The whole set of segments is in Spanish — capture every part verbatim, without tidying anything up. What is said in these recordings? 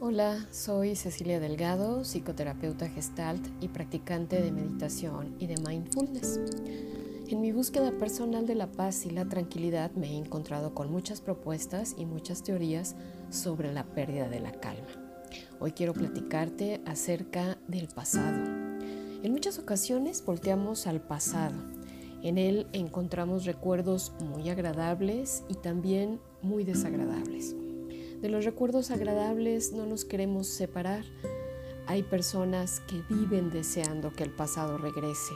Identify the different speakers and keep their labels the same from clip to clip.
Speaker 1: Hola, soy Cecilia Delgado, psicoterapeuta Gestalt y practicante de meditación y de mindfulness. En mi búsqueda personal de la paz y la tranquilidad me he encontrado con muchas propuestas y muchas teorías sobre la pérdida de la calma. Hoy quiero platicarte acerca del pasado. En muchas ocasiones volteamos al pasado. En él encontramos recuerdos muy agradables y también muy desagradables. De los recuerdos agradables no nos queremos separar. Hay personas que viven deseando que el pasado regrese.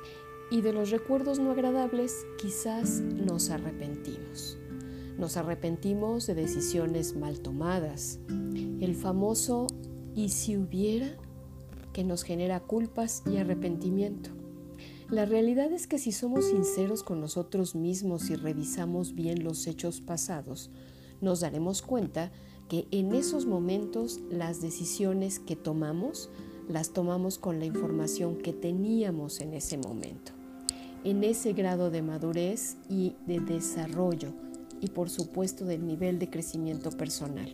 Speaker 1: Y de los recuerdos no agradables quizás nos arrepentimos. Nos arrepentimos de decisiones mal tomadas. El famoso ¿y si hubiera? Que nos genera culpas y arrepentimiento. La realidad es que si somos sinceros con nosotros mismos y revisamos bien los hechos pasados, nos daremos cuenta que en esos momentos las decisiones que tomamos, las tomamos con la información que teníamos en ese momento, en ese grado de madurez y de desarrollo y por supuesto del nivel de crecimiento personal,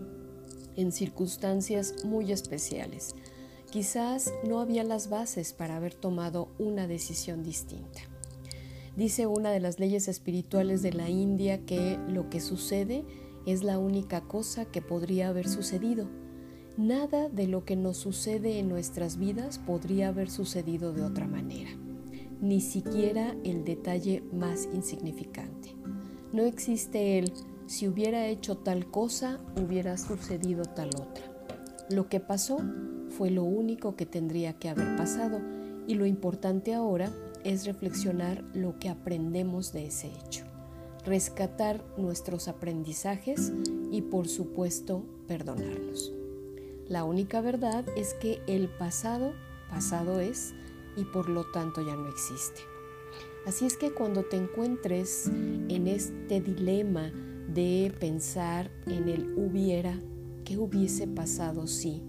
Speaker 1: en circunstancias muy especiales. Quizás no había las bases para haber tomado una decisión distinta. Dice una de las leyes espirituales de la India que lo que sucede es la única cosa que podría haber sucedido. Nada de lo que nos sucede en nuestras vidas podría haber sucedido de otra manera, ni siquiera el detalle más insignificante. No existe el si hubiera hecho tal cosa, hubiera sucedido tal otra. Lo que pasó fue lo único que tendría que haber pasado y lo importante ahora es reflexionar lo que aprendemos de ese hecho, rescatar nuestros aprendizajes y por supuesto perdonarnos. La única verdad es que el pasado, pasado es y por lo tanto ya no existe. Así es que cuando te encuentres en este dilema de pensar en el hubiera, ¿qué hubiese pasado si?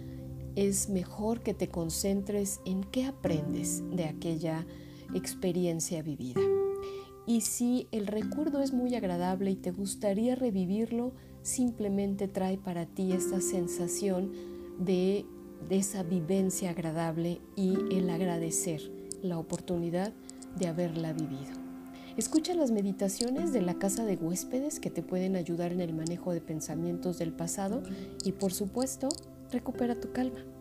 Speaker 1: Es mejor que te concentres en qué aprendes de aquella experiencia vivida. Y si el recuerdo es muy agradable y te gustaría revivirlo, simplemente trae para ti esta sensación de, de esa vivencia agradable y el agradecer la oportunidad de haberla vivido. Escucha las meditaciones de la casa de huéspedes que te pueden ayudar en el manejo de pensamientos del pasado y por supuesto, recupera tu calma.